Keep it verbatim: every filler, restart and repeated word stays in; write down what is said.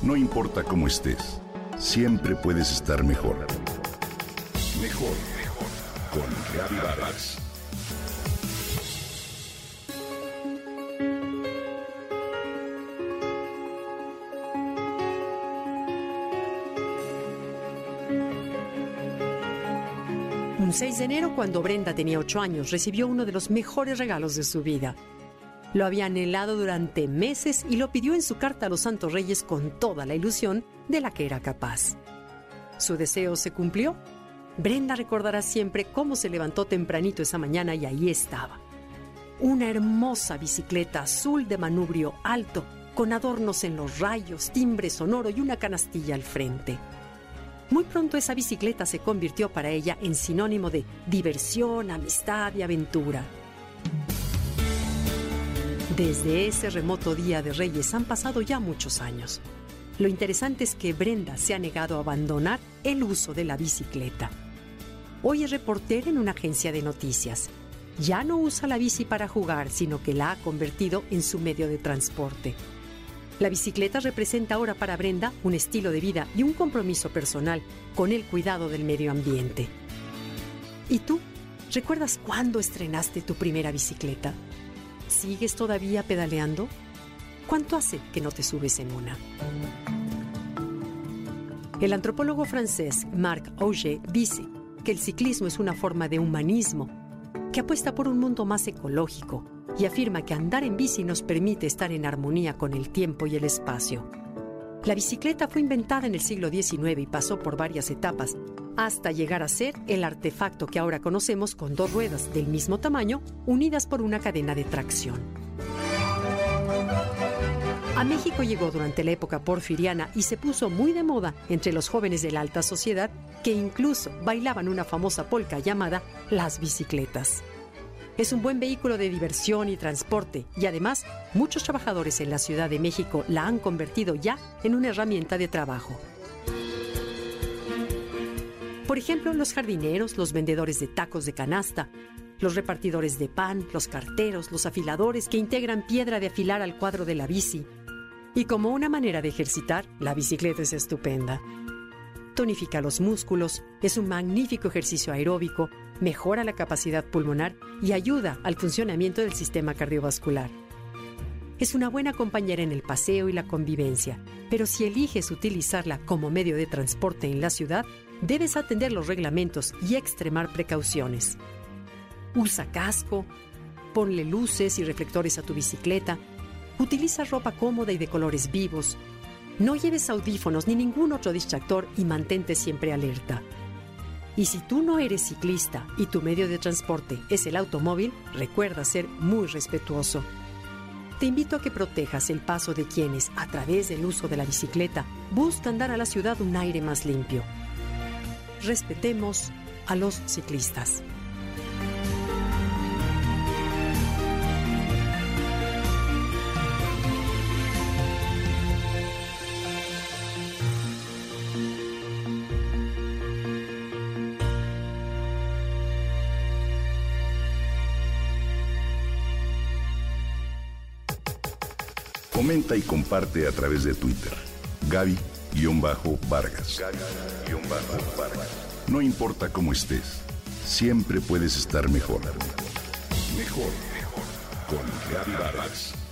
No importa cómo estés, siempre puedes estar mejor. Mejor, mejor. Con Gaby Vargas. Un seis de enero, cuando Brenda tenía ocho años, recibió uno de los mejores regalos de su vida. Lo había anhelado durante meses y lo pidió en su carta a los Santos Reyes con toda la ilusión de la que era capaz. Su deseo se cumplió. Brenda recordará siempre cómo se levantó tempranito esa mañana y ahí estaba. Una hermosa bicicleta azul de manubrio alto, con adornos en los rayos, timbre sonoro y una canastilla al frente. Muy pronto esa bicicleta se convirtió para ella en sinónimo de diversión, amistad y aventura. Desde ese remoto día de Reyes han pasado ya muchos años. Lo interesante es que Brenda se ha negado a abandonar el uso de la bicicleta. Hoy es reportera en una agencia de noticias. Ya no usa la bici para jugar, sino que la ha convertido en su medio de transporte. La bicicleta representa ahora para Brenda un estilo de vida y un compromiso personal con el cuidado del medio ambiente. ¿Y tú? ¿Recuerdas cuándo estrenaste tu primera bicicleta? ¿Sigues todavía pedaleando? ¿Cuánto hace que no te subes en una? El antropólogo francés Marc Augé dice que el ciclismo es una forma de humanismo que apuesta por un mundo más ecológico y afirma que andar en bici nos permite estar en armonía con el tiempo y el espacio. La bicicleta fue inventada en el siglo diecinueve y pasó por varias etapas hasta llegar a ser el artefacto que ahora conocemos con dos ruedas del mismo tamaño unidas por una cadena de tracción. A México llegó durante la época porfiriana y se puso muy de moda entre los jóvenes de la alta sociedad que incluso bailaban una famosa polca llamada las bicicletas. Es un buen vehículo de diversión y transporte y además muchos trabajadores en la Ciudad de México la han convertido ya en una herramienta de trabajo. Por ejemplo, los jardineros, los vendedores de tacos de canasta, los repartidores de pan, los carteros, los afiladores que integran piedra de afilar al cuadro de la bici. Y como una manera de ejercitar, la bicicleta es estupenda. Tonifica los músculos, es un magnífico ejercicio aeróbico, mejora la capacidad pulmonar y ayuda al funcionamiento del sistema cardiovascular. Es una buena compañera en el paseo y la convivencia, pero si eliges utilizarla como medio de transporte en la ciudad, debes atender los reglamentos y extremar precauciones. Usa casco, ponle luces y reflectores a tu bicicleta, utiliza ropa cómoda y de colores vivos, no lleves audífonos ni ningún otro distractor y mantente siempre alerta. Y si tú no eres ciclista y tu medio de transporte es el automóvil, recuerda ser muy respetuoso. Te invito a que protejas el paso de quienes, a través del uso de la bicicleta, buscan dar a la ciudad un aire más limpio. Respetemos a los ciclistas. Comenta y comparte a través de Twitter. Gaby-Vargas. Gaby-Vargas. No importa cómo estés, siempre puedes estar mejor. Mejor, mejor. Con Gaby Vargas.